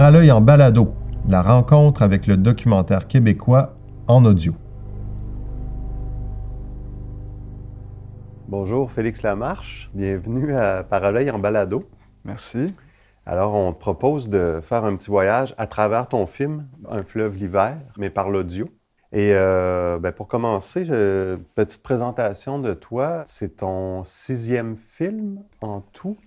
Parallèle en balado, la rencontre avec le documentaire québécois en audio. Bonjour Félix Lamarche, bienvenue à Parallèle en balado. Merci. Alors, on te propose de faire un petit voyage à travers ton film, Un fleuve l'hiver, mais par l'audio. Et pour commencer, petite présentation de toi. C'est ton 6e film en tout.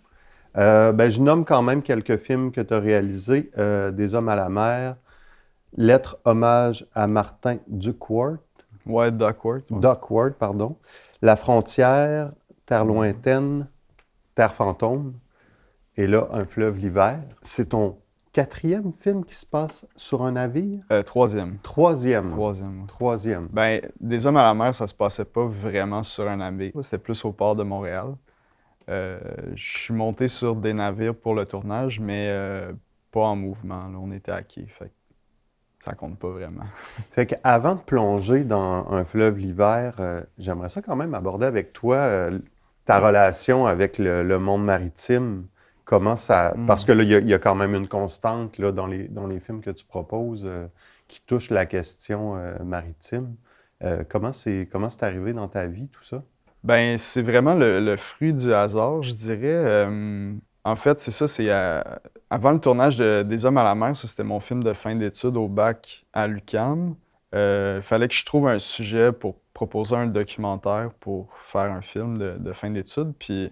Je nomme quand même quelques films que tu as réalisés. Des hommes à la mer, Lettre hommage à Martin Duckworth. Ouais, Duckworth. Ouais. Duckworth, pardon. La frontière, Terre lointaine, Terre fantôme. Et là, Un fleuve l'hiver. C'est ton 4e film qui se passe sur un navire? Troisième. Troisième. Troisième. Ouais. Troisième. Ben, Des hommes à la mer, ça se passait pas vraiment sur un navire. C'était plus au port de Montréal. Je suis monté sur des navires pour le tournage, mais pas en mouvement. Là. On était à quai, fait que ça compte pas vraiment. Fait qu'avant de plonger dans Un fleuve l'hiver, j'aimerais ça quand même aborder avec toi ta relation avec le monde maritime. Comment ça... Parce que là, il y a quand même une constante là, dans les films que tu proposes qui touche la question maritime. Comment c'est arrivé dans ta vie, tout ça? Ben, c'est vraiment le fruit du hasard, je dirais. En fait, c'est ça, avant le tournage des Hommes à la mer, ça c'était mon film de fin d'études au bac à l'UQAM. Il fallait que je trouve un sujet pour proposer un documentaire pour faire un film de fin d'études. Puis,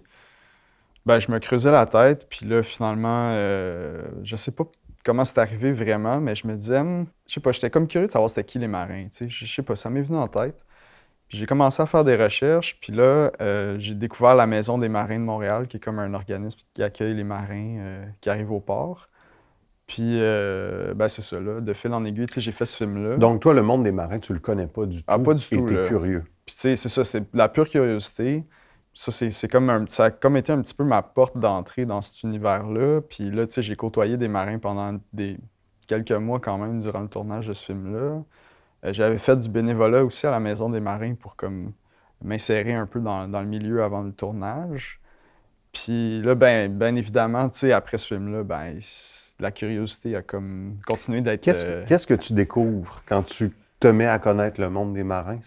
je me creusais la tête, puis là, finalement, je sais pas comment c'est arrivé vraiment, mais je me disais, je sais pas, j'étais comme curieux de savoir c'était qui les marins, tu sais. Je sais pas, ça m'est venu en tête. Puis j'ai commencé à faire des recherches, puis là, j'ai découvert la Maison des marins de Montréal, qui est comme un organisme qui accueille les marins qui arrivent au port. Puis, c'est ça, là, de fil en aiguille, tu sais, j'ai fait ce film-là. Donc, toi, le monde des marins, tu le connais pas du tout. Ah, pas du tout, et t'es là. curieux. Puis, tu sais, c'est ça, c'est de la pure curiosité. Ça, c'est comme ça a comme été un petit peu ma porte d'entrée dans cet univers-là. Puis là, tu sais, j'ai côtoyé des marins pendant quelques mois quand même durant le tournage de ce film-là. J'avais fait du bénévolat aussi à la Maison des marins pour comme m'insérer un peu dans le milieu avant le tournage. Puis là, ben évidemment, tu sais, après ce film-là, la curiosité a comme continué d'être... Qu'est-ce que tu découvres quand tu te mets à connaître le monde des marins?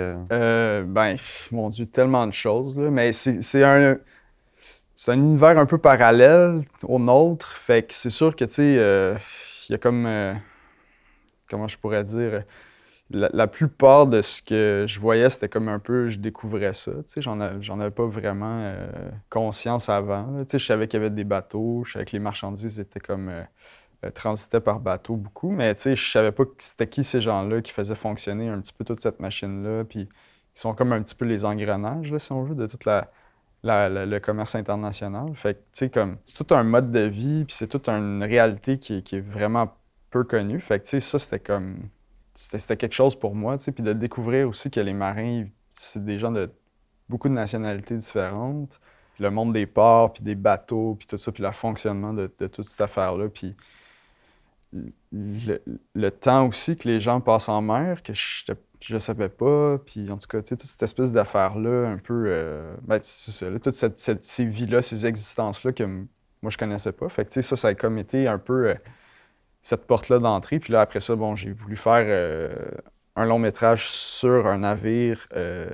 Mon Dieu, tellement de choses, là. Mais c'est un univers un peu parallèle au nôtre. Fait que c'est sûr que, tu sais, il y a comme... comment je pourrais dire... La plupart de ce que je voyais, c'était comme un peu, je découvrais ça. Tu sais, j'en avais pas vraiment conscience avant. Là. Tu sais, je savais qu'il y avait des bateaux, je savais que les marchandises étaient comme transitaient par bateau beaucoup, mais tu sais, je savais pas c'était qui ces gens-là qui faisaient fonctionner un petit peu toute cette machine-là. Puis ils sont comme un petit peu les engrenages, là, si on veut, de toute le commerce international. Fait que, tu sais, comme, c'est tout un mode de vie, puis c'est toute une réalité qui est vraiment peu connue. Fait que, tu sais, ça, c'était comme... C'était quelque chose pour moi, tu sais, puis de découvrir aussi que les marins, c'est des gens de beaucoup de nationalités différentes. Puis le monde des ports, puis des bateaux, puis tout ça, puis le fonctionnement de toute cette affaire-là. Puis le temps aussi que les gens passent en mer, que je savais pas. Puis en tout cas, tu sais, toute cette espèce d'affaire-là, un peu... c'est ça, là, toutes ces vies-là, ces existences-là que moi, je connaissais pas. Fait que, tu sais, ça a comme été un peu... cette porte-là d'entrée. Puis là, après ça, bon, j'ai voulu faire un long métrage sur un navire,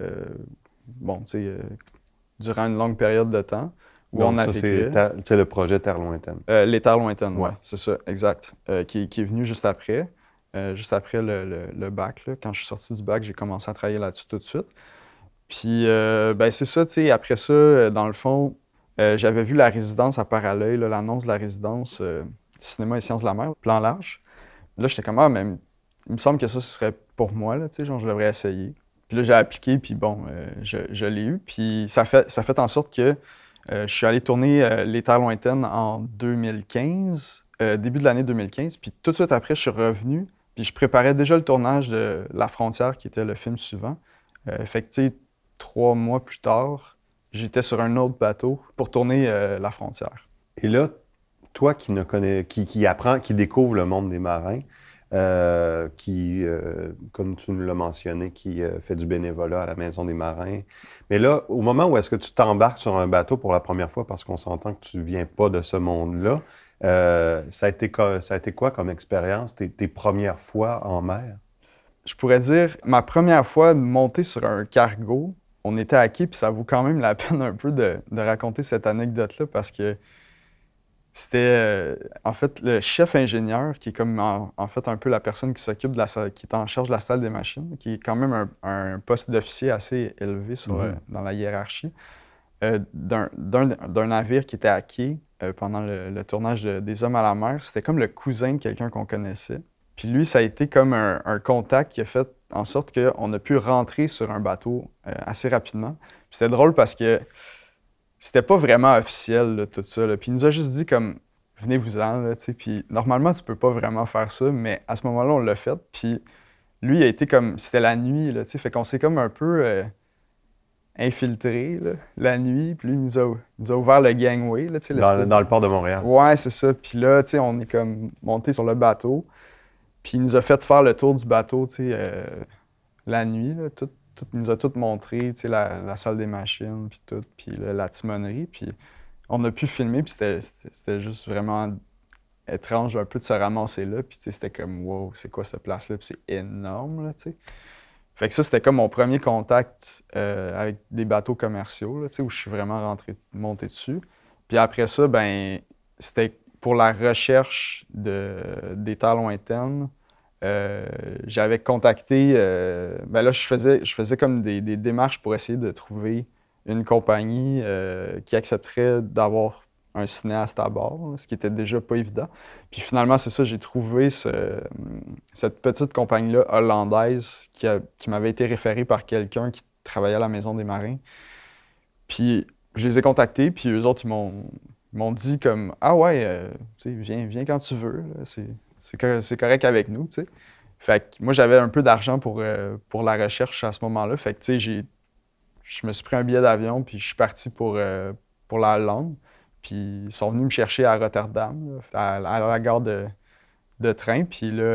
durant une longue période de temps. Où on ça, c'est le projet Terre lointaine. Les Terres lointaines, Ouais. oui, c'est ça, exact. Qui est venu juste après le bac. Là. Quand je suis sorti du bac, j'ai commencé à travailler là-dessus tout de suite. Puis, c'est ça, tu sais, après ça, dans le fond, j'avais vu la résidence à Parallèle, là, l'annonce de la résidence Cinéma et sciences de la mer, plan large. Là, j'étais comme, mais il me semble que ça, ce serait pour moi, là, tu sais, genre, je devrais essayer. Puis là, j'ai appliqué, puis bon, je l'ai eu. Puis ça fait en sorte que je suis allé tourner Les Terres lointaines en 2015, début de l'année 2015. Puis tout de suite après, je suis revenu, puis je préparais déjà le tournage de La frontière, qui était le film suivant. Fait que, tu sais, 3 mois plus tard, j'étais sur un autre bateau pour tourner La frontière. Et là, toi qui découvre le monde des marins, comme tu nous l'as mentionné, qui fait du bénévolat à la Maison des marins. Mais là, au moment où est-ce que tu t'embarques sur un bateau pour la première fois, parce qu'on s'entend que tu viens pas de ce monde-là, Ça a été quoi comme expérience, tes premières fois en mer? Je pourrais dire, ma première fois de monter sur un cargo, on était à quai, puis ça vaut quand même la peine un peu de raconter cette anecdote-là parce que c'était en fait le chef ingénieur qui est comme en fait un peu la personne qui s'occupe de la salle, qui est en charge de la salle des machines, qui est quand même un poste d'officier assez élevé dans la hiérarchie, d'un navire qui était à quai pendant le tournage des Hommes à la mer. C'était comme le cousin de quelqu'un qu'on connaissait. Puis lui, ça a été comme un contact qui a fait en sorte qu'on a pu rentrer sur un bateau assez rapidement. Puis c'était drôle parce que c'était pas vraiment officiel, là, tout ça. Là. Puis il nous a juste dit comme venez-vous-en, là, tu sais. Puis normalement, tu peux pas vraiment faire ça, mais à ce moment-là, on l'a fait. Puis lui, il a été comme c'était la nuit, là, tu sais. Fait qu'on s'est comme un peu infiltré là, la nuit. Puis lui, il nous a ouvert le gangway, là, tu sais, Dans le port de Montréal. Ouais, c'est ça. Puis là, tu sais, on est comme monté sur le bateau. Puis il nous a fait faire le tour du bateau, tu sais, la nuit, là, il nous a tout montré, tu sais, la salle des machines, puis tout, puis la timonerie, puis on a pu filmer, puis c'était juste vraiment étrange un peu de se ramasser là, puis tu sais, c'était comme, wow, c'est quoi cette place-là, puis c'est énorme, là, tu sais. Fait que ça, c'était comme mon premier contact avec des bateaux commerciaux, là, tu sais, où je suis vraiment monté dessus. Puis après ça, ben, c'était pour la recherche des terres lointaines. J'avais contacté, ben là, je faisais comme des démarches pour essayer de trouver une compagnie qui accepterait d'avoir un cinéaste à bord, là, ce qui était déjà pas évident. Puis finalement, c'est ça, j'ai trouvé cette petite compagnie-là hollandaise qui m'avait été référée par quelqu'un qui travaillait à la Maison des Marins. Puis je les ai contactés, puis eux autres, ils m'ont dit comme « Ah ouais, tu sais, viens quand tu veux, là, c'est correct avec nous, tu sais. » Fait que moi, j'avais un peu d'argent pour la recherche à ce moment-là. Fait que, tu sais, je me suis pris un billet d'avion, puis je suis parti pour la Hollande. Puis ils sont venus me chercher à Rotterdam, là, à la gare de train. Puis là,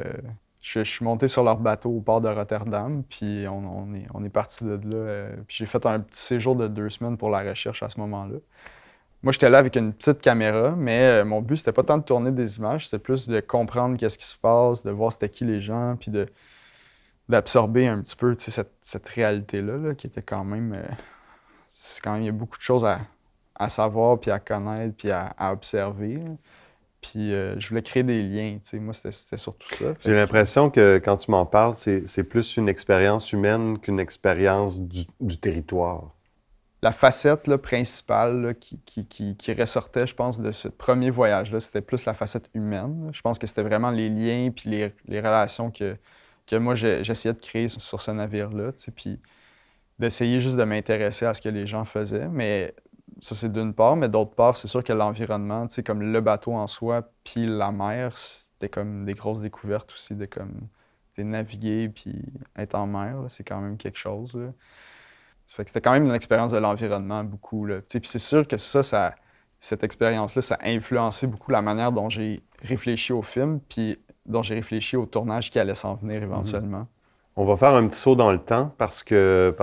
je suis monté sur leur bateau au port de Rotterdam, puis on est parti de là. Puis j'ai fait un petit séjour de 2 semaines pour la recherche à ce moment-là. Moi, j'étais là avec une petite caméra, mais mon but, c'était pas tant de tourner des images, c'était plus de comprendre qu'est-ce qui se passe, de voir c'était qui les gens, puis d'absorber un petit peu, tu sais, cette réalité-là, là, qui était quand même... c'est quand même, il y a beaucoup de choses à savoir, puis à connaître, puis à observer, là. Puis je voulais créer des liens, tu sais, moi, c'était surtout ça. J'ai l'impression que quand tu m'en parles, c'est plus une expérience humaine qu'une expérience du territoire. La facette là, principale là, qui ressortait, je pense, de ce premier voyage-là, c'était plus la facette humaine. Je pense que c'était vraiment les liens puis les relations que moi, j'essayais de créer sur ce navire-là, tu sais, puis d'essayer juste de m'intéresser à ce que les gens faisaient. Mais ça, c'est d'une part. Mais d'autre part, c'est sûr que l'environnement, tu sais, comme le bateau en soi puis la mer, c'était comme des grosses découvertes aussi de comme naviguer puis être en mer, là, c'est quand même quelque chose, là. Ça fait que c'était quand même une expérience de l'environnement, beaucoup, là. Tu sais, puis c'est sûr que cette expérience-là, ça a influencé beaucoup la manière dont j'ai réfléchi au film, puis dont j'ai réfléchi au tournage qui allait s'en venir éventuellement. On va faire un petit saut dans le temps parce que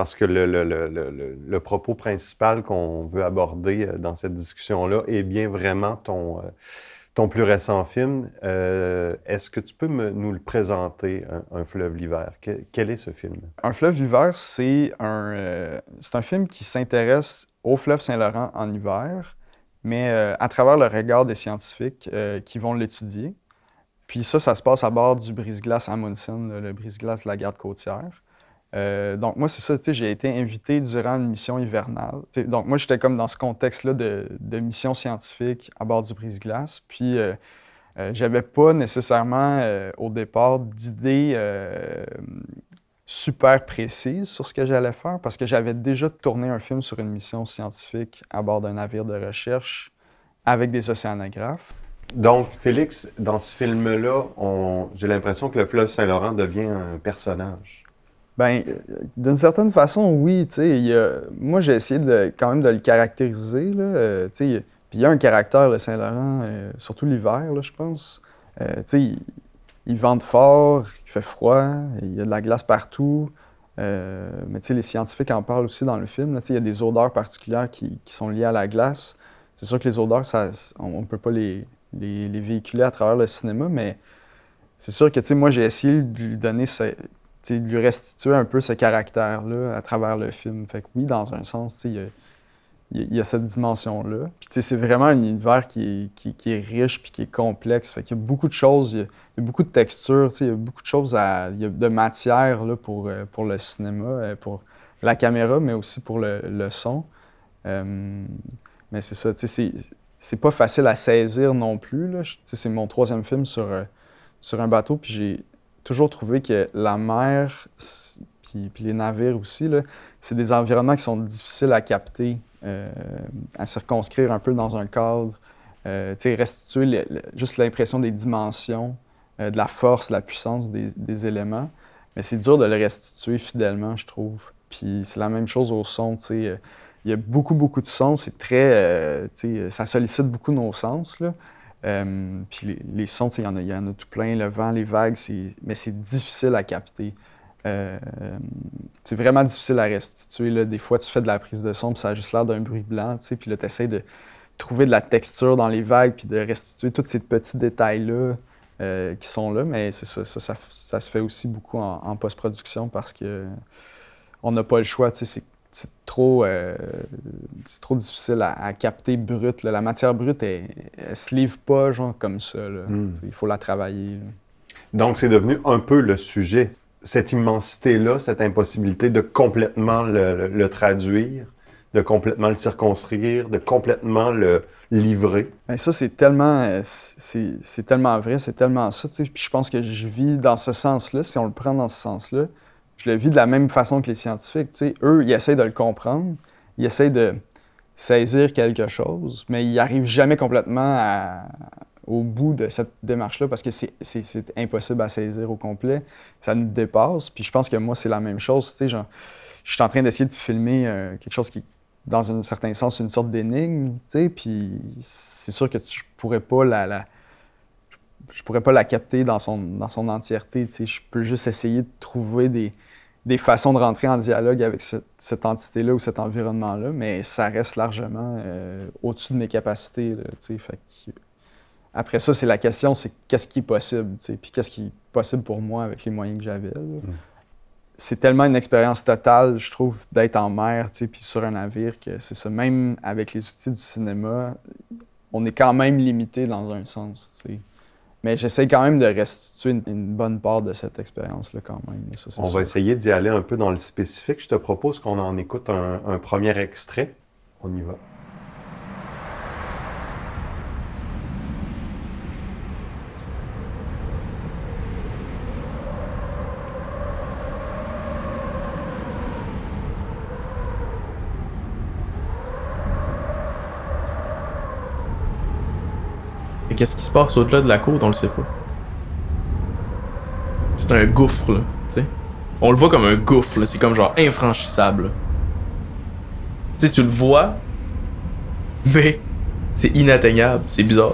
le propos principal qu'on veut aborder dans cette discussion-là est bien vraiment ton plus récent film. Est-ce que tu peux nous le présenter, un fleuve l'hiver? Quel est ce film? Un fleuve l'hiver, c'est un film qui s'intéresse au fleuve Saint-Laurent en hiver, mais à travers le regard des scientifiques qui vont l'étudier. Puis ça se passe à bord du brise-glace Amundsen, là, le brise-glace de la garde côtière. Donc moi, c'est ça, tu sais, j'ai été invité durant une mission hivernale. Donc moi, j'étais comme dans ce contexte-là de mission scientifique à bord du brise-glace. Puis j'avais pas nécessairement au départ d'idées super précises sur ce que j'allais faire parce que j'avais déjà tourné un film sur une mission scientifique à bord d'un navire de recherche avec des océanographes. Donc, Félix, dans ce film-là, j'ai l'impression que le fleuve Saint-Laurent devient un personnage. Ben, d'une certaine façon, oui, tu sais, moi j'ai essayé quand même de le caractériser, là, tu sais, puis il y a un caractère, le Saint-Laurent, surtout l'hiver, là, je pense. Tu sais, il vente fort, il fait froid, il y a de la glace partout, mais tu sais, les scientifiques en parlent aussi dans le film, là, tu sais, il y a des odeurs particulières qui sont liées à la glace. C'est sûr que les odeurs, on ne peut pas les véhiculer à travers le cinéma, mais c'est sûr que, tu sais, moi, j'ai essayé de lui donner de lui restituer un peu ce caractère-là à travers le film. Fait que oui, dans un sens, tu sais, il y a cette dimension-là. Puis, tu sais, c'est vraiment un univers qui est riche puis qui est complexe. Fait qu'il y a beaucoup de choses, il y a beaucoup de textures, tu sais, il y a beaucoup de choses il y a de matière là, pour le cinéma, pour la caméra, mais aussi pour le son. Mais c'est ça, tu sais, c'est pas facile à saisir non plus, là. Tu sais, c'est mon troisième film sur un bateau, puis j'ai toujours trouvé que la mer, puis les navires aussi, là, c'est des environnements qui sont difficiles à capter, à circonscrire un peu dans un cadre, tu sais, restituer juste l'impression des dimensions, de la force, de la puissance des éléments. Mais c'est dur de le restituer fidèlement, je trouve. Puis c'est la même chose au son, tu sais. Il y a beaucoup, beaucoup de sons. C'est très, tu sais, ça sollicite beaucoup nos sens, là. Puis les sons, tu sais, il y en a tout plein. Le vent, les vagues, mais c'est difficile à capter. C'est vraiment difficile à restituer, là. Des fois, tu fais de la prise de son, puis ça a juste l'air d'un bruit blanc, tu sais. Puis là, tu essaies de trouver de la texture dans les vagues, puis de restituer tous ces petits détails-là qui sont là. Mais c'est ça se fait aussi beaucoup en post-production parce que on n'a pas le choix, tu sais. C'est trop difficile à capter brut, là. La matière brute, elle se livre pas genre comme ça, là. Il faut la travailler, là. Donc, c'est devenu un peu le sujet, cette immensité-là, cette impossibilité de complètement le traduire, de complètement le circonscrire, de complètement le livrer. Bien, ça, c'est tellement vrai, c'est tellement ça, tu sais. Puis je pense que je vis dans ce sens-là, si on le prend dans ce sens-là, je le vis de la même façon que les scientifiques, tu sais. Eux, ils essayent de le comprendre, ils essayent de saisir quelque chose, mais ils n'arrivent jamais complètement au bout de cette démarche-là parce que c'est impossible à saisir au complet. Ça nous dépasse. Puis je pense que moi, c'est la même chose. Tu sais, genre, je suis en train d'essayer de filmer quelque chose qui, dans un certain sens, une sorte d'énigme. Tu sais, puis c'est sûr que je pourrais pas je pourrais pas la capter dans son entièreté. Tu sais. Je peux juste essayer de trouver des façons de rentrer en dialogue avec cette entité-là ou cet environnement-là, mais ça reste largement au-dessus de mes capacités, là, tu sais. Fait que, après ça, c'est la question, c'est qu'est-ce qui est possible, tu sais, puis qu'est-ce qui est possible pour moi avec les moyens que j'avais. C'est tellement une expérience totale, je trouve, d'être en mer, tu sais, puis sur un navire, que c'est ça. Même avec les outils du cinéma, on est quand même limité dans un sens, tu sais. Mais j'essaie quand même de restituer une bonne part de cette expérience-là quand même. Ça, on va essayer d'y aller un peu dans le spécifique. Je te propose qu'on en écoute un premier extrait. On y va. Mais qu'est-ce qui se passe au-delà de la côte, on le sait pas. C'est un gouffre, là, tu sais. On le voit comme un gouffre, là. C'est comme genre infranchissable. Tu sais, tu le vois, mais c'est inatteignable, c'est bizarre.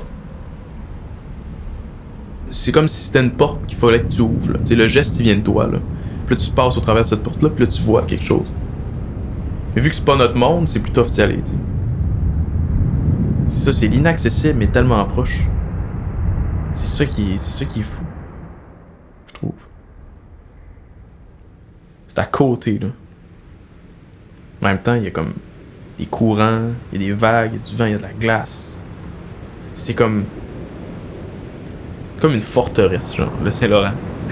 C'est comme si c'était une porte qu'il fallait que tu ouvres, là. Tu sais, le geste, il vient de toi, là. Puis là, tu passes au travers de cette porte-là, puis là, tu vois quelque chose. Mais vu que c'est pas notre monde, c'est plus tough d'y aller, tu sais. C'est ça, c'est l'inaccessible, mais tellement proche. C'est ça qui est fou. Je trouve. C'est à côté, là. En même temps, il y a comme des courants, il y a des vagues, il y a du vent, il y a de la glace. C'est comme une forteresse, genre, le Saint-Laurent.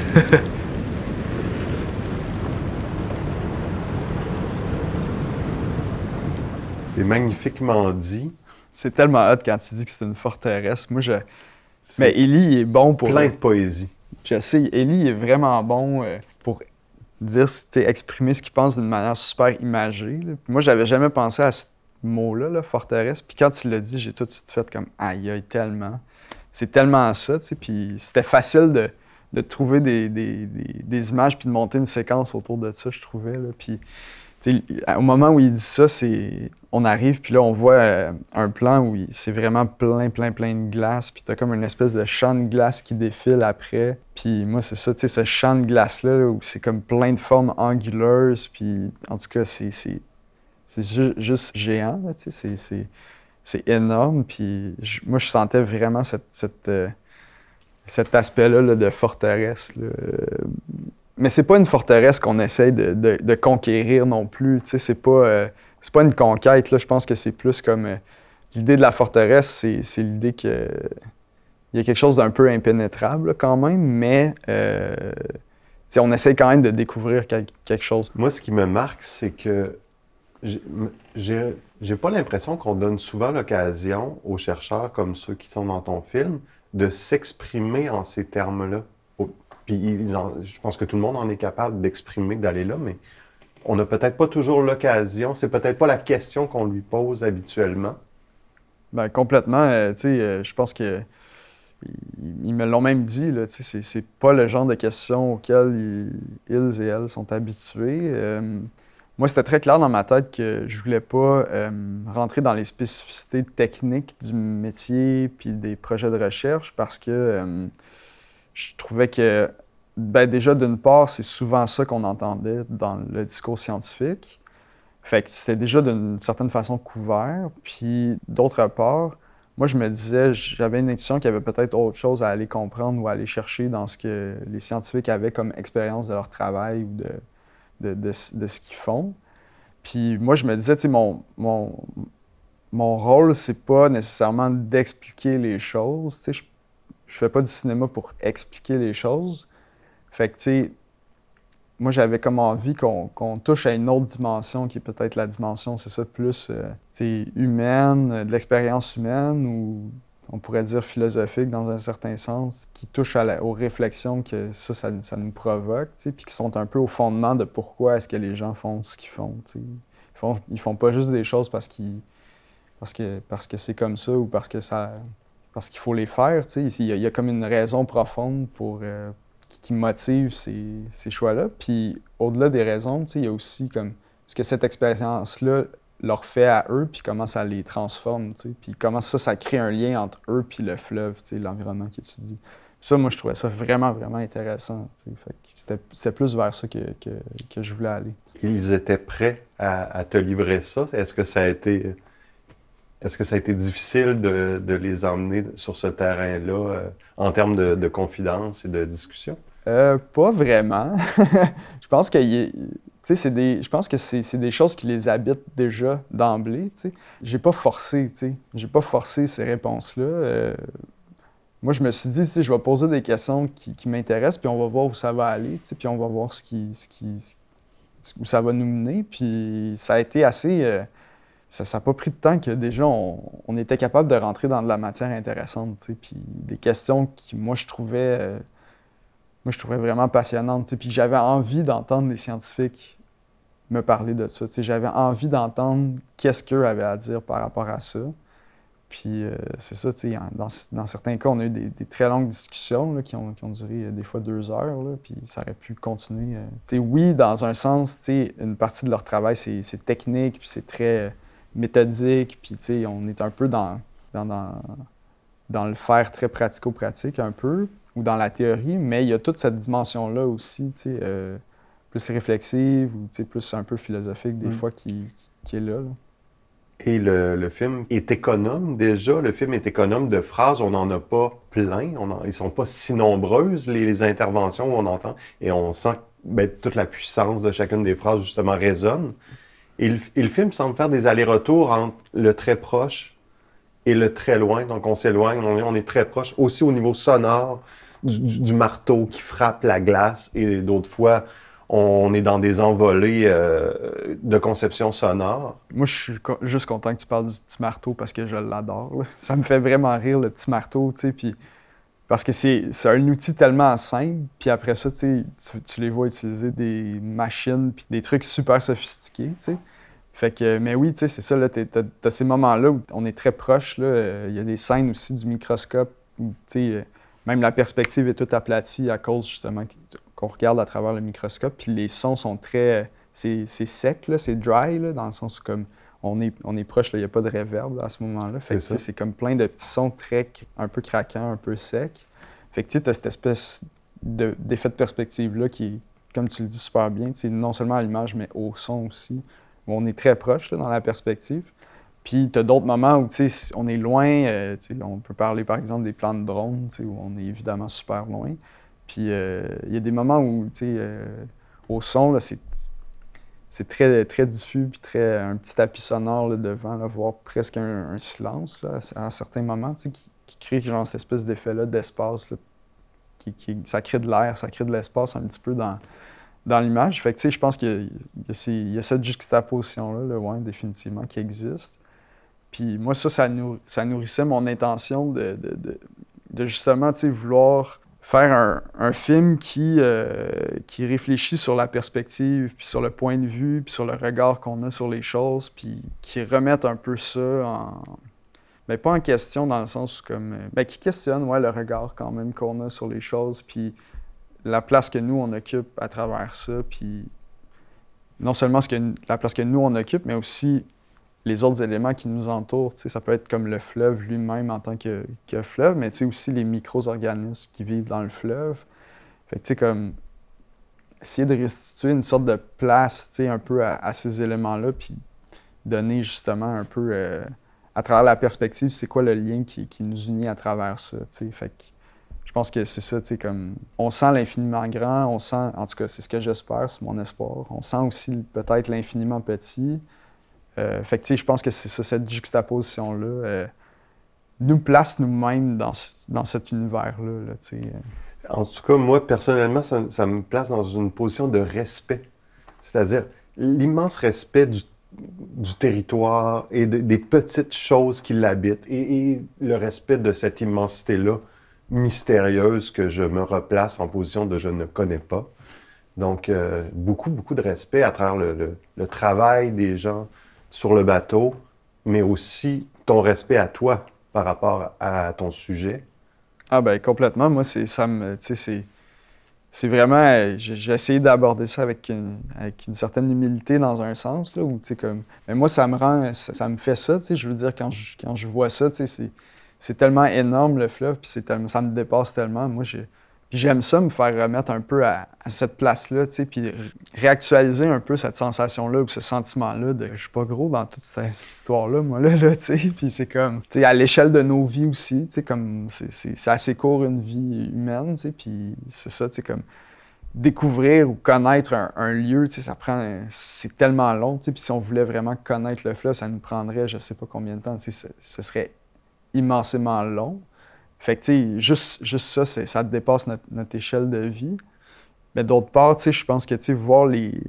C'est magnifiquement dit. C'est tellement hot quand tu dis que c'est une forteresse. Moi, mais Élie, il est bon pour... Plein de poésie. Je sais, Élie est vraiment bon pour dire, exprimer ce qu'il pense d'une manière super imagée, là. Moi, j'avais jamais pensé à ce mot-là, là, forteresse. Puis quand tu l'as dit, j'ai tout de suite fait comme aïe, aïe, tellement. C'est tellement ça, tu sais. Puis c'était facile de trouver des images puis de monter une séquence autour de ça, je trouvais, là. Puis au moment où il dit ça, on arrive, puis là, on voit un plan où c'est vraiment plein de glace, puis t'as comme une espèce de champ de glace qui défile après. Puis moi, c'est ça, tu sais, ce champ de glace-là, là, où c'est comme plein de formes anguleuses, puis en tout cas, c'est juste géant, là, tu sais, c'est énorme. Puis moi, je sentais vraiment cet aspect-là là, de forteresse. Là. Mais c'est pas une forteresse qu'on essaye de conquérir non plus. Tu sais, c'est pas une conquête. Là. Je pense que c'est plus comme... l'idée de la forteresse, c'est l'idée que il y a quelque chose d'un peu impénétrable là, quand même, mais on essaye quand même de découvrir quelque chose. Moi, ce qui me marque, c'est que j'ai pas l'impression qu'on donne souvent l'occasion aux chercheurs comme ceux qui sont dans ton film de s'exprimer en ces termes-là. Puis je pense que tout le monde en est capable d'exprimer, d'aller là, mais on n'a peut-être pas toujours l'occasion. C'est peut-être pas la question qu'on lui pose habituellement. Ben, complètement. Je pense que ils me l'ont même dit, là, c'est pas le genre de questions auxquelles ils et elles sont habitués. Moi, c'était très clair dans ma tête que je voulais pas rentrer dans les spécificités techniques du métier puis des projets de recherche parce que je trouvais que, déjà, d'une part, c'est souvent ça qu'on entendait dans le discours scientifique. Fait que c'était déjà d'une certaine façon couvert. Puis, d'autre part, moi, je me disais, j'avais une intuition qu'il y avait peut-être autre chose à aller comprendre ou à aller chercher dans ce que les scientifiques avaient comme expérience de leur travail ou de ce qu'ils font. Puis moi, je me disais, tu sais, mon rôle, c'est pas nécessairement d'expliquer les choses. Tu sais, je fais pas du cinéma pour expliquer les choses. Fait que, tu sais, moi, j'avais comme envie qu'on touche à une autre dimension qui est peut-être la dimension, c'est ça, plus humaine, de l'expérience humaine ou on pourrait dire philosophique dans un certain sens, qui touche aux réflexions que ça nous provoque, puis qui sont un peu au fondement de pourquoi est-ce que les gens font ce qu'ils font. Ils font pas juste des choses parce que c'est comme ça ou parce qu'il faut les faire. Il y a comme une raison profonde qui motive ces choix-là. Puis au-delà des raisons, il y a aussi comme ce que cette expérience-là leur fait à eux, puis comment ça les transforme, puis comment ça crée un lien entre eux puis le fleuve, l'environnement qu'ils étudient. Ça, moi, je trouvais ça vraiment, vraiment intéressant. Fait que c'était plus vers ça que je voulais aller. Ils étaient prêts à te livrer ça? Est-ce que ça a été difficile de les emmener sur ce terrain-là en termes de confidence et de discussion? Pas vraiment. Je pense que c'est des choses qui les habitent déjà d'emblée. J'ai pas forcé ces réponses-là. Moi, je me suis dit, je vais poser des questions qui m'intéressent, puis on va voir où ça va aller, puis on va voir où ça va nous mener. Puis ça a été assez... Ça n'a pas pris de temps que déjà on était capable de rentrer dans de la matière intéressante, puis des questions qui, moi, je trouvais vraiment passionnantes. Puis j'avais envie d'entendre les scientifiques me parler de ça. J'avais envie d'entendre qu'est-ce qu'eux avaient à dire par rapport à ça. Puis c'est ça, dans certains cas, on a eu des très longues discussions là, qui ont duré des fois 2 heures, là, puis ça aurait pu continuer. Oui, dans un sens, une partie de leur travail, c'est technique, puis c'est très méthodique, puis on est un peu dans le faire très pratico-pratique un peu, ou dans la théorie, mais il y a toute cette dimension-là aussi, plus réflexive ou plus un peu philosophique des fois qui est là. Et le film est économe déjà. Le film est économe de phrases. On n'en a pas plein. Ils sont pas si nombreuses, les interventions où on entend. Et on sent que toute la puissance de chacune des phrases, justement, résonne. Et le film semble faire des allers-retours entre le très proche et le très loin. Donc, on s'éloigne, on est très proche. Aussi au niveau sonore, du marteau qui frappe la glace. Et d'autres fois, on est dans des envolées de conception sonore. Moi, je suis juste content que tu parles du petit marteau parce que je l'adore. Là. Ça me fait vraiment rire, le petit marteau, puis parce que c'est un outil tellement simple, puis après ça, tu les vois utiliser des machines puis des trucs super sophistiqués, t'sais. Fait que, mais oui, c'est ça, là, t'as ces moments-là où on est très proche, là. Il y a des scènes aussi du microscope où, même la perspective est toute aplatie à cause, justement, qu'on regarde à travers le microscope, puis les sons sont très... C'est sec, là, c'est dry, là, dans le sens où comme on est proche, il n'y a pas de reverb là, à ce moment-là. Fait que c'est comme plein de petits sons un peu craquants, un peu secs. Fait que tu as cette espèce d'effet de perspective-là qui est, comme tu le dis super bien, non seulement à l'image, mais au son aussi, où on est très proche là, dans la perspective. Puis t'as d'autres moments où, tu sais, on est loin. Tu sais, on peut parler, par exemple, des plans de drone, tu sais, où on est évidemment super loin. Puis il y a des moments où, tu sais, au son, là, c'est très, très diffus, puis un petit tapis sonore là, devant, là, voire presque un silence là, à certains moments, tu sais, qui crée genre cette espèce d'effet-là d'espace. Là, ça crée de l'air, ça crée de l'espace un petit peu dans l'image. Fait que, tu sais, je pense qu'il y a cette juxtaposition-là, là, ouais, définitivement, qui existe. Puis moi, ça nourrissait mon intention de justement, tu sais, vouloir faire un film qui réfléchit sur la perspective, puis sur le point de vue, puis sur le regard qu'on a sur les choses, puis qui remette un peu ça mais pas en question dans le sens comme... mais qui questionne, ouais, le regard quand même qu'on a sur les choses, puis la place que nous, on occupe à travers ça, puis non seulement la place que nous, on occupe, mais aussi les autres éléments qui nous entourent. Tu sais, ça peut être comme le fleuve lui-même en tant que fleuve, mais tu sais, aussi les micro-organismes qui vivent dans le fleuve. Fait que, tu sais, comme essayer de restituer une sorte de place, tu sais, un peu à ces éléments-là, puis donner justement un peu, à travers la perspective, c'est quoi le lien qui nous unit à travers ça, tu sais. Fait que je pense que c'est ça, tu sais, comme on sent l'infiniment grand, on sent, en tout cas, c'est ce que j'espère, c'est mon espoir, on sent aussi peut-être l'infiniment petit. Fait que, tu sais, je pense que c'est ça, cette juxtaposition-là nous place nous-mêmes dans cet univers-là, là, tu sais. En tout cas, moi, personnellement, ça me place dans une position de respect. C'est-à-dire l'immense respect du territoire et des petites choses qui l'habitent et le respect de cette immensité-là mystérieuse que je me replace en position de je ne connais pas. Donc, beaucoup, beaucoup de respect à travers le travail des gens sur le bateau, mais aussi ton respect à toi par rapport à ton sujet. Ah ben complètement. Moi, tu sais, c'est vraiment... j'ai essayé d'aborder ça avec une certaine humilité dans un sens, là, où, tu sais, comme... Mais moi, ça me fait ça, tu sais, je veux dire, quand je vois ça, tu sais, c'est tellement énorme, le fleuve, puis ça me dépasse tellement. Moi, puis j'aime ça, me faire remettre un peu à cette place-là, tu sais, puis réactualiser un peu cette sensation-là ou ce sentiment-là de je suis pas gros dans toute cette histoire-là, moi, là, tu sais. Puis c'est comme, tu sais, à l'échelle de nos vies aussi, tu sais, comme c'est assez court une vie humaine, tu sais, puis c'est ça, tu sais, comme découvrir ou connaître un lieu, tu sais, c'est tellement long, tu sais, puis si on voulait vraiment connaître le fleuve, ça nous prendrait je sais pas combien de temps, tu sais, ce serait immensément long. Fait que, tu sais, juste ça, ça dépasse notre échelle de vie. Mais d'autre part, tu sais, je pense que, tu sais, voir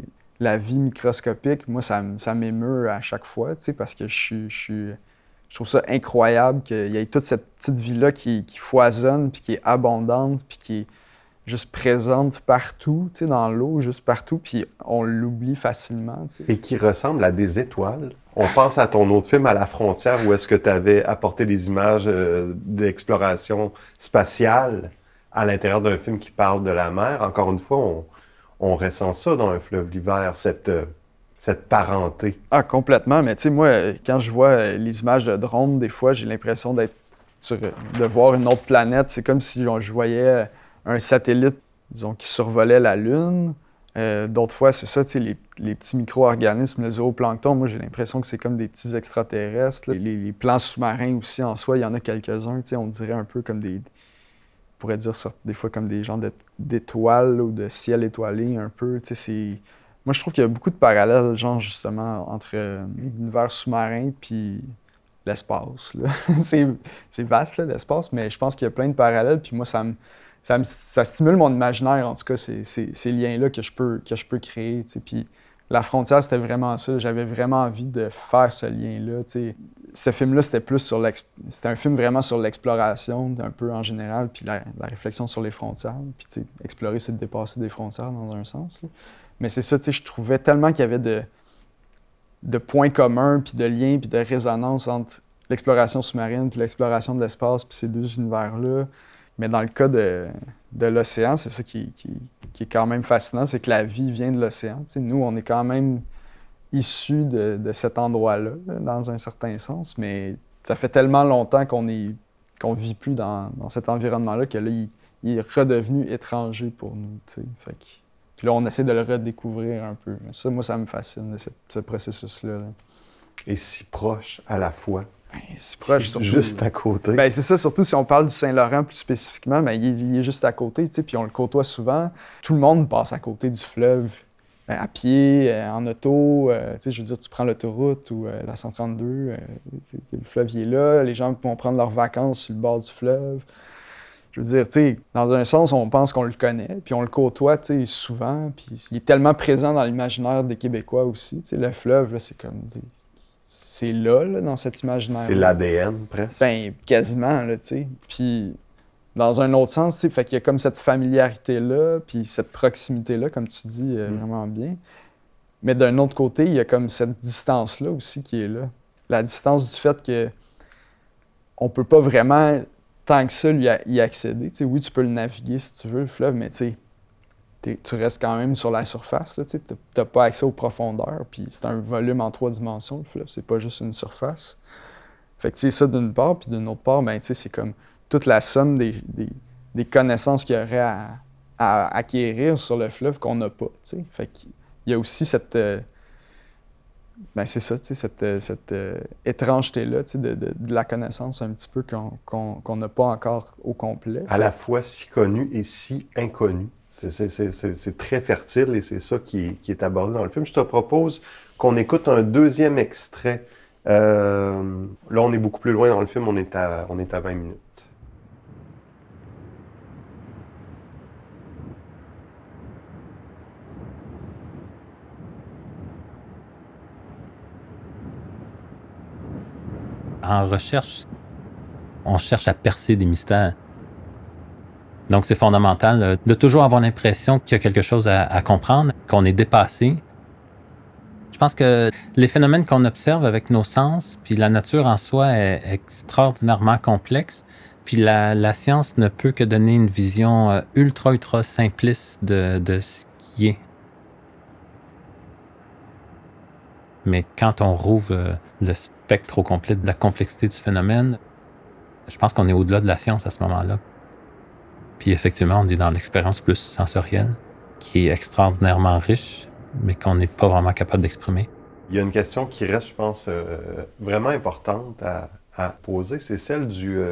la vie microscopique, moi, ça m'émeut à chaque fois, tu sais, parce que je trouve ça incroyable qu'il y ait toute cette petite vie-là qui foisonne, puis qui est abondante, puis qui est juste présente partout, tu sais, dans l'eau, juste partout, puis on l'oublie facilement, tu sais. Et qui ressemble à des étoiles. On pense à ton autre film, À la frontière, où est-ce que tu avais apporté des images d'exploration spatiale à l'intérieur d'un film qui parle de la mer. Encore une fois, on ressent ça dans Un fleuve l'hiver, cette parenté. Ah, complètement, mais tu sais, moi, quand je vois les images de drone, des fois, j'ai l'impression de voir une autre planète. C'est comme si je voyais un satellite, disons, qui survolait la Lune. D'autres fois, c'est ça, tu sais, les petits micro-organismes, le zooplancton, moi, j'ai l'impression que c'est comme des petits extraterrestres. Les plans sous-marins aussi, en soi, il y en a quelques-uns, tu sais, on dirait un peu comme on pourrait dire ça, des fois comme des genres d'étoiles ou de ciel étoilé, un peu, tu sais, moi, je trouve qu'il y a beaucoup de parallèles, genre, justement, entre l'univers sous-marin puis l'espace, là. C'est vaste, là, l'espace, mais je pense qu'il y a plein de parallèles, puis moi, ça stimule mon imaginaire, en tout cas, ces liens-là que je peux créer, tu sais. Puis La frontière, c'était vraiment ça. J'avais vraiment envie de faire ce lien-là, tu sais. Ce film-là, c'était un film vraiment sur l'exploration, un peu en général, puis la réflexion sur les frontières. Puis, tu sais, explorer, c'est de dépasser des frontières dans un sens, là. Mais c'est ça, tu sais, je trouvais tellement qu'il y avait de points communs, puis de liens, puis de résonance entre l'exploration sous-marine puis l'exploration de l'espace, puis ces deux univers-là. Mais dans le cas de l'océan, c'est ça qui est quand même fascinant, c'est que la vie vient de l'océan. Tu sais, nous, on est quand même issus de cet endroit-là, là, dans un certain sens, mais ça fait tellement longtemps qu'on vit plus dans cet environnement-là que là, il est redevenu étranger pour nous. Tu sais. Puis là, on essaie de le redécouvrir un peu. Ça, moi, ça me fascine, ce processus-là. Là. Et si proche à la fois. Ben, si proche, surtout. Juste à côté. Ben, c'est ça, surtout si on parle du Saint-Laurent plus spécifiquement, ben, il est juste à côté, tu sais, puis on le côtoie souvent. Tout le monde passe à côté du fleuve, à pied, en auto. Tu sais, je veux dire, tu prends l'autoroute ou la 132, le fleuve il est là, les gens vont prendre leurs vacances sur le bord du fleuve. Je veux dire, tu sais, dans un sens, on pense qu'on le connaît, puis on le côtoie, tu sais, souvent, puis il est tellement présent dans l'imaginaire des Québécois aussi. Tu sais, le fleuve, là, c'est comme, c'est là, dans cet imaginaire. C'est l'ADN, presque. Ben, quasiment, là, tu sais. Puis, dans un autre sens, tu sais, fait qu'il y a comme cette familiarité-là, puis cette proximité-là, comme tu dis vraiment bien. Mais d'un autre côté, il y a comme cette distance-là aussi qui est là. La distance du fait que on peut pas vraiment tant que ça y accéder. Tu sais, oui, tu peux le naviguer si tu veux, le fleuve, mais tu sais, tu restes quand même sur la surface. Tu n'as pas accès aux profondeurs. Puis c'est un volume en 3 dimensions, le fleuve. C'est pas juste une surface. Fait que ça d'une part. Puis d'une autre part, ben, c'est comme toute la somme des connaissances qu'il y aurait à acquérir sur le fleuve qu'on n'a pas. T'sais. Fait qu'il y a aussi cette... ben c'est ça, cette étrangeté-là de la connaissance un petit peu qu'on n'a pas encore au complet. À la fois si connu et si inconnu. C'est très fertile et c'est ça qui est abordé dans le film. Je te propose qu'on écoute un deuxième extrait. Là, on est beaucoup plus loin dans le film, on est à 20 minutes. En recherche, on cherche à percer des mystères. Donc, c'est fondamental de toujours avoir l'impression qu'il y a quelque chose à comprendre, qu'on est dépassé. Je pense que les phénomènes qu'on observe avec nos sens, puis la nature en soi est extraordinairement complexe, puis la science ne peut que donner une vision ultra simpliste de ce qui est. Mais quand on rouvre le spectre au complet de la complexité du phénomène, je pense qu'on est au-delà de la science à ce moment-là. Puis effectivement, on est dans l'expérience plus sensorielle, qui est extraordinairement riche, mais qu'on n'est pas vraiment capable d'exprimer. Il y a une question qui reste, je pense, vraiment importante à poser, c'est celle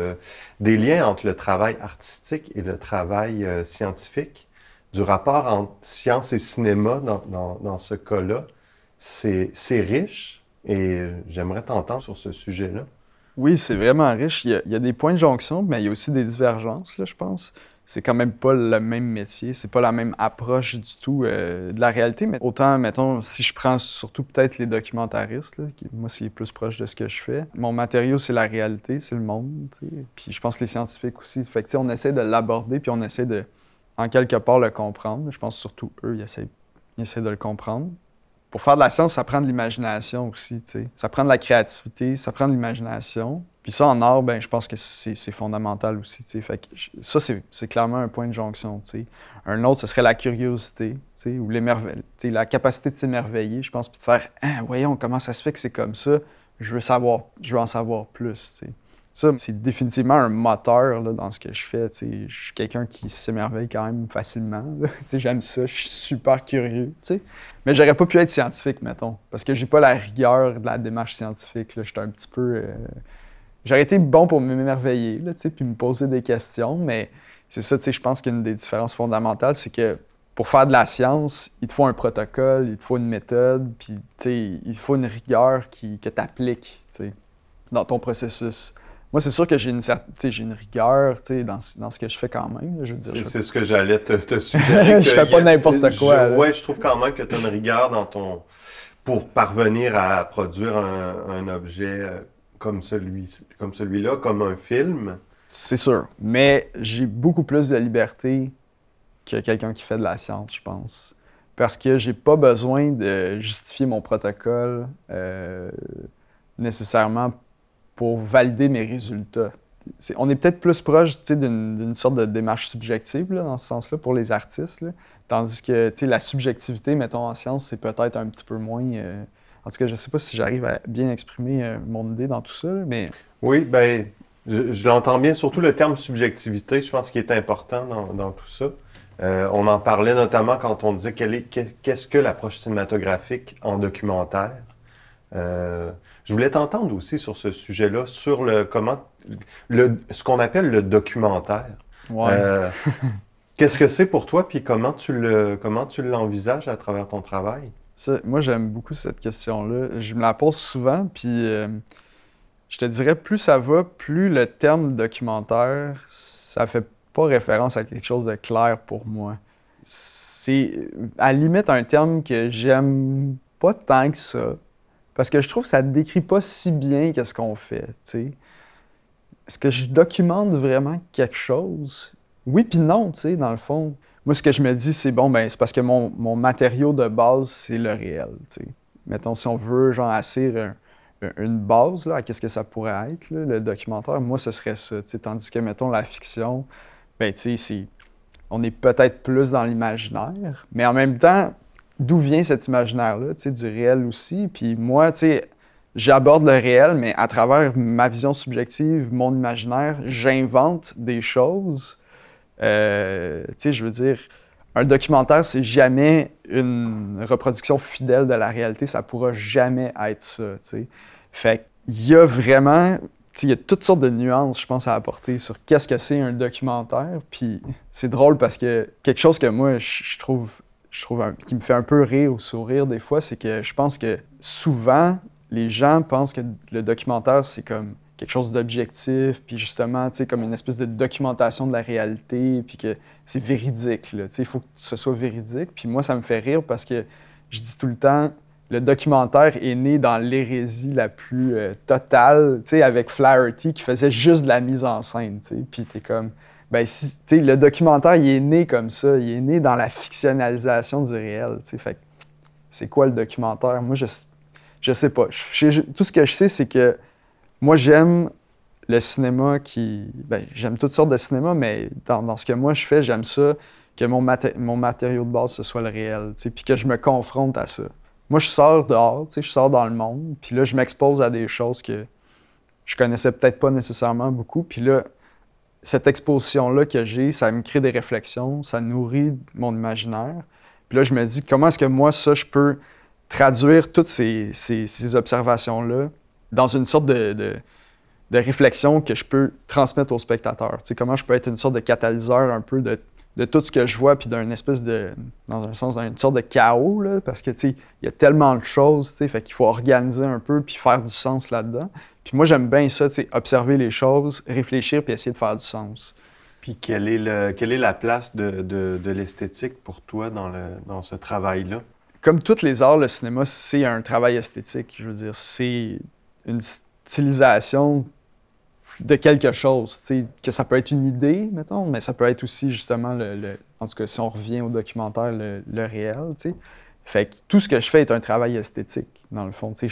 des liens entre le travail artistique et le travail scientifique, du rapport entre science et cinéma dans ce cas-là. C'est riche et j'aimerais t'entendre sur ce sujet-là. Oui, c'est vraiment riche. Il y a des points de jonction, mais il y a aussi des divergences, là, je pense. C'est quand même pas le même métier, c'est pas la même approche du tout de la réalité. Mais autant, mettons, si je prends surtout peut-être les documentaristes, là, moi, c'est plus proche de ce que je fais. Mon matériau, c'est la réalité, c'est le monde. T'sais. Puis je pense que les scientifiques aussi. Fait que, on essaie de l'aborder, puis on essaie de, en quelque part, le comprendre. Je pense surtout eux, ils essaient de le comprendre. Pour faire de la science, ça prend de l'imagination aussi, tu sais. Ça prend de la créativité, ça prend de l'imagination. Puis ça, en art, ben, je pense que c'est fondamental aussi, tu sais. Fait que ça, c'est clairement un point de jonction, tu sais. Un autre, ce serait la curiosité, tu sais, ou la capacité de s'émerveiller, je pense, puis de faire « Ah, voyons, comment ça se fait que c'est comme ça? Je veux en savoir plus, tu sais. » Ça, c'est définitivement un moteur là, dans ce que je fais. T'sais. Je suis quelqu'un qui s'émerveille quand même facilement. J'aime ça, je suis super curieux. T'sais. Mais j'aurais pas pu être scientifique, mettons, parce que j'ai pas la rigueur de la démarche scientifique. J'étais un petit peu... J'aurais été bon pour m'émerveiller, puis me poser des questions, mais c'est ça, je pense qu'une des différences fondamentales, c'est que pour faire de la science, il te faut un protocole, il te faut une méthode, puis il faut une rigueur que tu appliques dans ton processus. Moi, c'est sûr que j'ai une rigueur dans ce que je fais quand même. Là, je veux dire, c'est ce que j'allais te suggérer. Je fais pas n'importe quoi. Oui, je trouve quand même que tu as une rigueur pour parvenir à produire un objet comme celui-là, comme un film. C'est sûr. Mais j'ai beaucoup plus de liberté que quelqu'un qui fait de la science, je pense. Parce que j'ai pas besoin de justifier mon protocole nécessairement pour valider mes résultats. On est peut-être plus proche d'une sorte de démarche subjective là, dans ce sens-là pour les artistes. Là. Tandis que la subjectivité, mettons en science, c'est peut-être un petit peu moins... En tout cas, je ne sais pas si j'arrive à bien exprimer mon idée dans tout ça, mais... Oui, bien, je l'entends bien. Surtout le terme subjectivité, je pense qu'il est important dans tout ça. On en parlait notamment quand on disait qu'est-ce que l'approche cinématographique en documentaire. Je voulais t'entendre aussi sur ce sujet-là, sur ce qu'on appelle le documentaire. Ouais. Qu'est-ce que c'est pour toi, puis comment tu l'envisages à travers ton travail? Ça, moi, j'aime beaucoup cette question-là. Je me la pose souvent, puis je te dirais, plus ça va, plus le terme documentaire, ça fait pas référence à quelque chose de clair pour moi. C'est à la limite un terme que j'aime pas tant que ça, parce que je trouve que ça décrit pas si bien qu'est-ce qu'on fait, tu sais. Est-ce que je documente vraiment quelque chose? Oui puis non, tu sais, dans le fond. Moi, ce que je me dis, c'est bon, ben c'est parce que mon matériau de base, c'est le réel, tu sais. Mettons, si on veut, genre, assir une base, là, à qu'est-ce que ça pourrait être, là, le documentaire, moi, ce serait ça, tu sais. Tandis que, mettons, la fiction, ben, tu sais, on est peut-être plus dans l'imaginaire, mais en même temps, d'où vient cet imaginaire-là, tu sais, du réel aussi. Puis moi, tu sais, j'aborde le réel, mais à travers ma vision subjective, mon imaginaire, j'invente des choses. Tu sais, je veux dire, un documentaire, c'est jamais une reproduction fidèle de la réalité. Ça pourra jamais être ça, tu sais. Fait qu'il y a vraiment... tu sais, il y a toutes sortes de nuances, je pense, à apporter sur qu'est-ce que c'est un documentaire. Puis c'est drôle parce que quelque chose que moi, je trouve qui me fait un peu rire ou sourire des fois, c'est que je pense que souvent, les gens pensent que le documentaire, c'est comme quelque chose d'objectif, puis justement, tu sais, comme une espèce de documentation de la réalité, puis que c'est véridique, là. Tu sais, il faut que ce soit véridique. Puis moi, ça me fait rire parce que je dis tout le temps, le documentaire est né dans l'hérésie la plus totale, tu sais, avec Flaherty qui faisait juste de la mise en scène, tu sais. Puis t'es comme, ben si, tu sais, le documentaire, il est né comme ça, il est né dans la fictionnalisation du réel, tu sais. Fait que c'est quoi le documentaire? Moi, je sais pas. Tout ce que je sais, c'est que moi, j'aime le cinéma ben, j'aime toutes sortes de cinéma, mais dans ce que moi je fais, j'aime ça, que mon matériau de base, ce soit le réel, tu sais, puis que je me confronte à ça. Moi, je sors dehors, tu sais, je sors dans le monde, puis là, je m'expose à des choses que je connaissais peut-être pas nécessairement beaucoup, puis là, cette exposition-là que j'ai, ça me crée des réflexions, ça nourrit mon imaginaire. Puis là, je me dis, comment est-ce que moi, ça, je peux traduire toutes ces observations-là dans une sorte de réflexion que je peux transmettre au spectateur. Tu sais, comment je peux être une sorte de catalyseur un peu de tout ce que je vois, puis d'une espèce de, dans un sens, d'une sorte de chaos, là, parce que, tu sais, il y a tellement de choses, tu sais, fait qu'il faut organiser un peu, puis faire du sens là-dedans. Puis moi, j'aime bien ça, tu sais, observer les choses, réfléchir, puis essayer de faire du sens. Puis quelle est la place de l'esthétique pour toi dans ce travail-là? Comme tous les arts, le cinéma, c'est un travail esthétique. Je veux dire, c'est une stylisation de quelque chose, tu sais, que ça peut être une idée, mettons, mais ça peut être aussi justement en tout cas, si on revient au documentaire, le réel, tu sais. Fait que tout ce que je fais est un travail esthétique, dans le fond. Tu sais,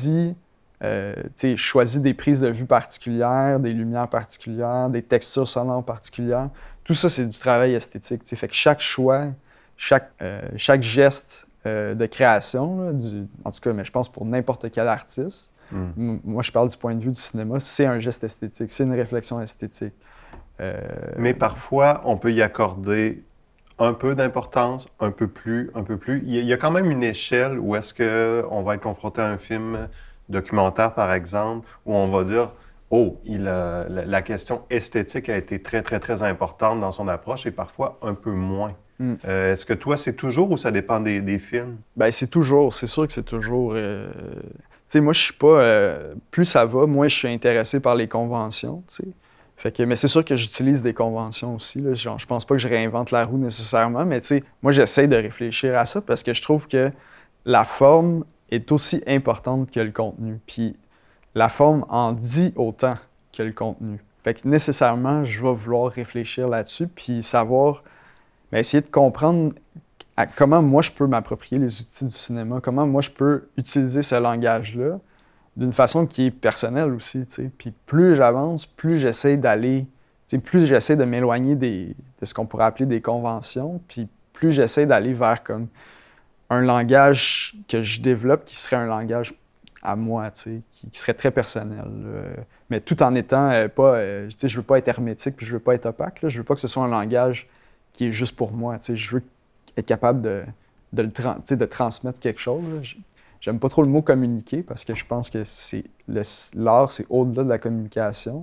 je choisis des prises de vue particulières, des lumières particulières, des textures sonores particulières. Tout ça, c'est du travail esthétique, tu sais. Fait que chaque choix, chaque geste de création, là, en tout cas, mais je pense pour n'importe quel artiste, moi, je parle du point de vue du cinéma, c'est un geste esthétique, c'est une réflexion esthétique. Mais parfois, on peut y accorder un peu d'importance, un peu plus. Il y a quand même une échelle où est-ce qu'on va être confronté à un film documentaire, par exemple, où on va dire « Oh, la question esthétique a été très, très, très importante dans son approche et parfois un peu moins. Est-ce que toi, c'est toujours ou ça dépend des films? Ben c'est toujours, c'est sûr que c'est toujours... Tu sais, moi, je suis pas... plus ça va, moins je suis intéressé par les conventions, tu sais. Fait que, mais c'est sûr que j'utilise des conventions aussi, là. Genre, je pense pas que je réinvente la roue nécessairement, mais tu sais, moi, j'essaie de réfléchir à ça parce que je trouve que la forme est aussi importante que le contenu. Puis la forme en dit autant que le contenu. Fait que nécessairement, je vais vouloir réfléchir là-dessus puis savoir... mais essayer de comprendre comment moi je peux m'approprier les outils du cinéma, comment moi je peux utiliser ce langage-là d'une façon qui est personnelle aussi, tu sais. Puis plus j'avance, plus j'essaie d'aller, tu sais, plus j'essaie de m'éloigner de ce qu'on pourrait appeler des conventions, puis plus j'essaie d'aller vers comme un langage que je développe qui serait un langage à moi, tu sais, qui serait très personnel. Mais tout en étant pas, tu sais, je veux pas être hermétique puis je veux pas être opaque, là. Je veux pas que ce soit un langage qui est juste pour moi, tu sais. Je veux être capable de transmettre quelque chose, là. j'aime pas trop le mot communiquer parce que je pense que l'art, c'est au-delà de la communication.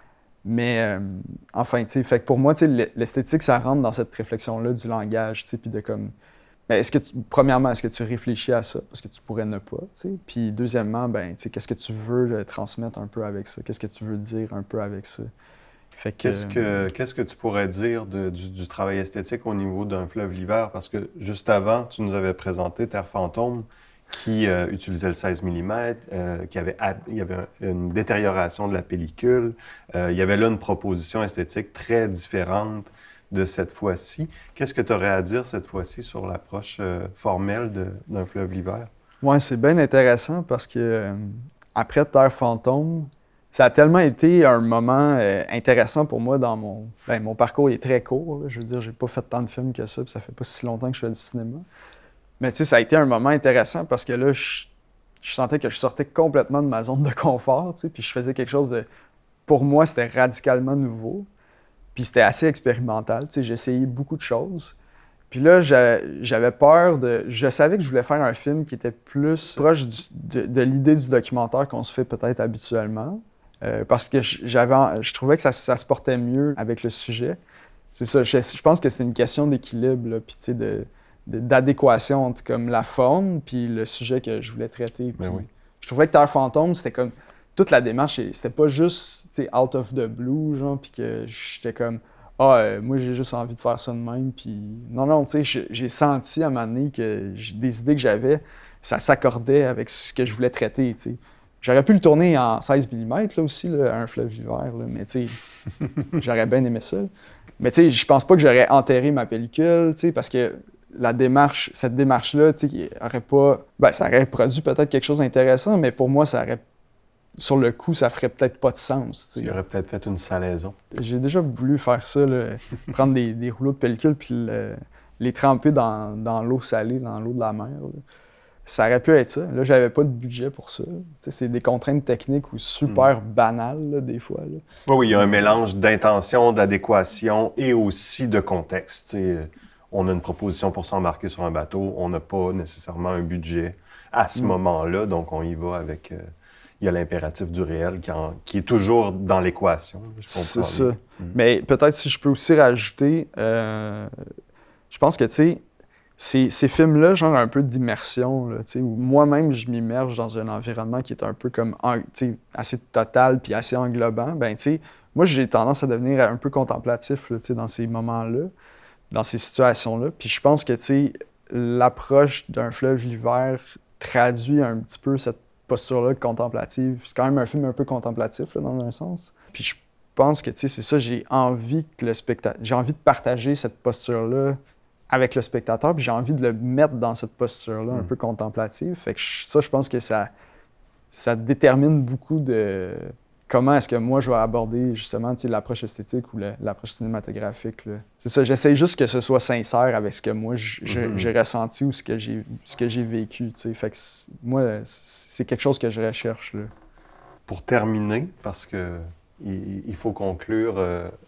Mais enfin, tu sais, fait que pour moi, tu sais, l'esthétique, ça rentre dans cette réflexion-là du langage, tu sais, puis de comme... Mais premièrement, est-ce que tu réfléchis à ça? Parce que tu pourrais ne pas, tu sais. Puis deuxièmement, ben, tu sais, qu'est-ce que tu veux transmettre un peu avec ça? Qu'est-ce que tu veux dire un peu avec ça? Fait que, Qu'est-ce que tu pourrais dire du travail esthétique au niveau d'un fleuve l'hiver? Parce que juste avant, tu nous avais présenté Terre fantôme qui utilisait le 16 mm, il y avait une détérioration de la pellicule. Il y avait là une proposition esthétique très différente de cette fois-ci. Qu'est-ce que tu aurais à dire cette fois-ci sur l'approche formelle d'un fleuve l'hiver? Ouais, c'est bien intéressant parce que après Terre fantôme, ça a tellement été un moment intéressant pour moi dans mon parcours. Il est très court, là. Je veux dire, j'ai pas fait tant de films que ça, puis ça fait pas si longtemps que je fais du cinéma. Mais tu sais, ça a été un moment intéressant parce que là, je sentais que je sortais complètement de ma zone de confort, tu sais, puis je faisais quelque chose de... Pour moi, c'était radicalement nouveau, puis c'était assez expérimental, tu sais, j'essayais beaucoup de choses. Puis là, j'avais peur de... Je savais que je voulais faire un film qui était plus proche de l'idée du documentaire qu'on se fait peut-être habituellement, parce que je trouvais que ça se portait mieux avec le sujet. C'est ça, je pense que c'est une question d'équilibre, là, puis tu sais, d'adéquation entre comme la forme puis le sujet que je voulais traiter. Puis Oui. je trouvais que Terre fantôme, c'était comme... Toute la démarche, c'était pas juste, tu sais, out of the blue, genre, puis que j'étais comme... moi, j'ai juste envie de faire ça de même, puis... Non, tu sais, j'ai senti à un moment donné que des idées que j'avais, ça s'accordait avec ce que je voulais traiter, tu sais. J'aurais pu le tourner en 16 mm, là aussi, là, un fleuve l'hiver, là, mais tu sais, j'aurais bien aimé ça. Mais tu sais, je pense pas que j'aurais enterré ma pellicule, tu sais, parce que cette démarche-là, tu sais, aurait pas... Ben, ça aurait produit peut-être quelque chose d'intéressant, mais pour moi, ça aurait... Sur le coup, ça ferait peut-être pas de sens, tu sais. Tu aurais peut-être fait une salaison. J'ai déjà voulu faire ça, là, prendre des rouleaux de pellicule puis les tremper dans l'eau salée, dans l'eau de la mer, là. Ça aurait pu être ça. Là, j'avais pas de budget pour ça. Tu sais, c'est des contraintes techniques ou super banales, là, des fois, là. Oui, il y a un mélange d'intention, d'adéquation et aussi de contexte. Tu sais, on a une proposition pour s'embarquer sur un bateau, on n'a pas nécessairement un budget à ce moment-là, donc on y va avec... il y a l'impératif du réel qui est toujours dans l'équation. C'est ça. Mais peut-être si je peux aussi rajouter, je pense que, tu sais, ces films-là, genre un peu d'immersion, là, tu sais, où moi-même, je m'immerge dans un environnement qui est un peu comme, tu sais, assez total puis assez englobant, ben, tu sais, moi, j'ai tendance à devenir un peu contemplatif, là, tu sais, dans ces moments-là, dans ces situations-là. Puis je pense que, tu sais, l'approche d'un fleuve l'hiver traduit un petit peu cette posture-là contemplative. C'est quand même un film un peu contemplatif, là, dans un sens. Puis je pense que, tu sais, c'est ça, j'ai envie de partager cette posture-là avec le spectateur, puis j'ai envie de le mettre dans cette posture-là un peu contemplative. Fait que ça, je pense que ça détermine beaucoup de comment est-ce que moi je vais aborder justement, tu sais, l'approche esthétique ou l'approche cinématographique, là. C'est ça, j'essaie juste que ce soit sincère avec ce que moi j'ai ressenti ou ce que j'ai vécu, tu sais. Fait que moi, c'est quelque chose que je recherche, là. Pour terminer, parce que il faut conclure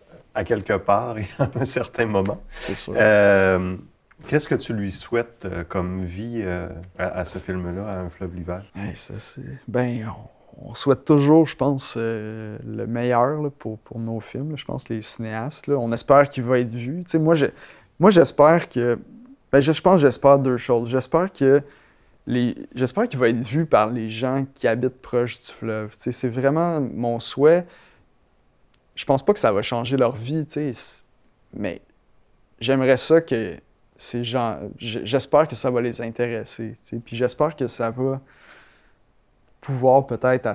à quelque part et à un certain moment. C'est sûr. Qu'est-ce que tu lui souhaites comme vie à ce film-là, à Un fleuve l'hiver? Hey, ça, c'est... Ben, on souhaite toujours, je pense, le meilleur là, pour nos films, là. Je pense les cinéastes, là. On espère qu'il va être vu. Tu sais, moi, j'espère que... Ben, j'espère deux choses. J'espère qu'il va être vu par les gens qui habitent proche du fleuve. Tu sais, c'est vraiment mon souhait. Je pense pas que ça va changer leur vie, tu sais, mais j'aimerais ça que ces gens... J'espère que ça va les intéresser, tu sais, puis j'espère que ça va pouvoir peut-être à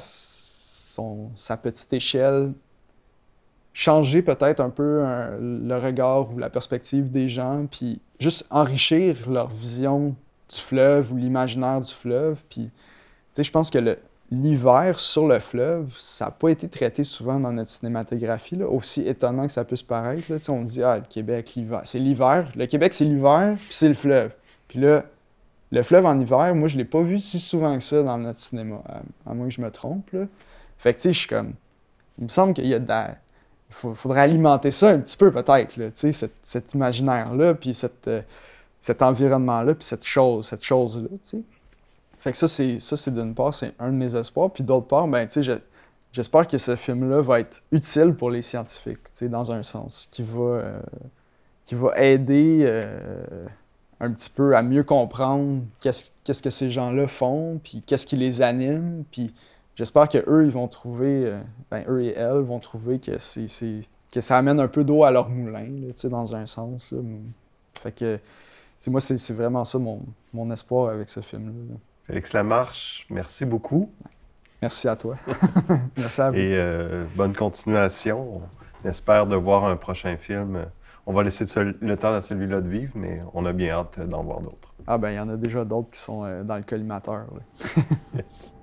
sa petite échelle changer peut-être un peu le regard ou la perspective des gens, puis juste enrichir leur vision du fleuve ou l'imaginaire du fleuve. Puis, tu sais, je pense que l'hiver sur le fleuve, ça n'a pas été traité souvent dans notre cinématographie, là, aussi étonnant que ça puisse paraître, là. Tu sais, on dit, le Québec, l'hiver. C'est l'hiver. Le Québec, c'est l'hiver, puis c'est le fleuve. Puis là, le fleuve en hiver, moi, je l'ai pas vu si souvent que ça dans notre cinéma, à moins que je me trompe, là. Fait que, tu sais, je suis comme... Il me semble qu'il y a il faudrait alimenter ça un petit peu, peut-être, là, tu sais, cet imaginaire-là, puis cet environnement-là, puis cette chose-là, tu sais. Fait que ça, c'est d'une part, c'est un de mes espoirs. Puis d'autre part, ben, tu sais, j'espère que ce film-là va être utile pour les scientifiques, tu sais, dans un sens, qui va aider un petit peu à mieux comprendre qu'est-ce que ces gens-là font, puis qu'est-ce qui les anime. Puis j'espère qu'eux, ils vont trouver, eux et elles vont trouver que que ça amène un peu d'eau à leur moulin, là, tu sais, dans un sens. Là. Fait que, moi, c'est vraiment ça mon espoir avec ce film-là. Là. Félix Lamarche, merci beaucoup. Merci à toi. Merci à vous. Et bonne continuation. On espère de voir un prochain film. On va laisser le temps à celui-là de vivre, mais on a bien hâte d'en voir d'autres. Ah ben, il y en a déjà d'autres qui sont dans le collimateur. Là. Yes.